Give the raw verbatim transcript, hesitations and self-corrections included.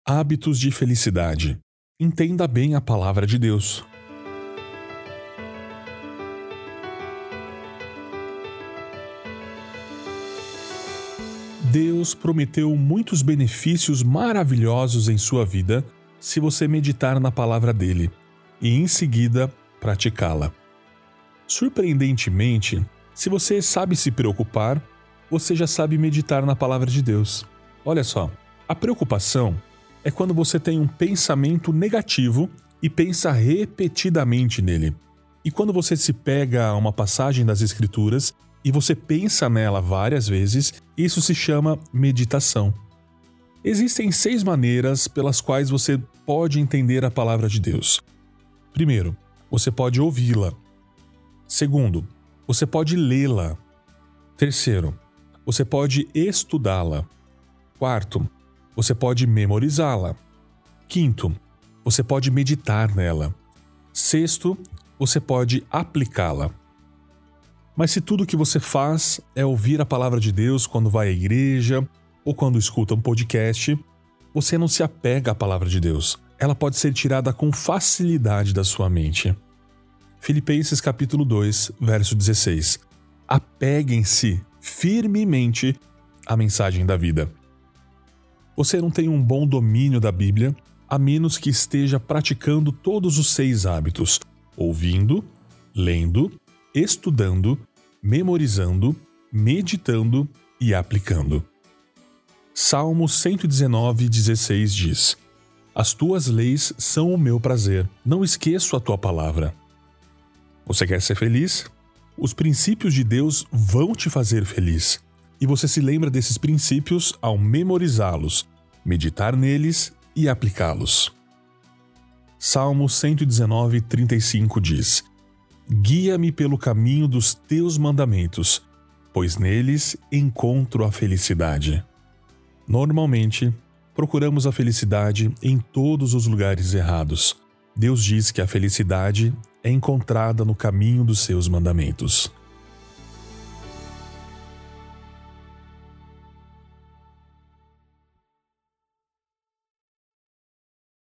Hábitos de felicidade. Entenda bem a palavra de Deus. Deus prometeu muitos benefícios maravilhosos em sua vida se você meditar na palavra dele e, em seguida, praticá-la. Surpreendentemente, se você sabe se preocupar, você já sabe meditar na palavra de Deus. Olha só, a preocupação é quando você tem um pensamento negativo e pensa repetidamente nele. E quando você se pega a uma passagem das Escrituras e você pensa nela várias vezes, isso se chama meditação. Existem seis maneiras pelas quais você pode entender a palavra de Deus. Primeiro, você pode ouvi-la. Segundo, você pode lê-la. Terceiro, você pode estudá-la. Quarto, você pode memorizá-la. Quinto, você pode meditar nela. Sexto, você pode aplicá-la. Mas se tudo que você faz é ouvir a palavra de Deus quando vai à igreja ou quando escuta um podcast, você não se apega à palavra de Deus. Ela pode ser tirada com facilidade da sua mente. Filipenses capítulo dois, verso dezesseis. Apeguem-se firmemente à mensagem da vida. Você não tem um bom domínio da Bíblia, a menos que esteja praticando todos os seis hábitos: ouvindo, lendo, estudando, memorizando, meditando e aplicando. Salmo cento e dezenove, dezesseis diz: As tuas leis são o meu prazer, não esqueço a tua palavra. Você quer ser feliz? Os princípios de Deus vão te fazer feliz. E você se lembra desses princípios ao memorizá-los, meditar neles e aplicá-los. Salmo cento e dezenove, trinta e cinco diz: Guia-me pelo caminho dos teus mandamentos, pois neles encontro a felicidade. Normalmente, procuramos a felicidade em todos os lugares errados. Deus diz que a felicidade é encontrada no caminho dos seus mandamentos.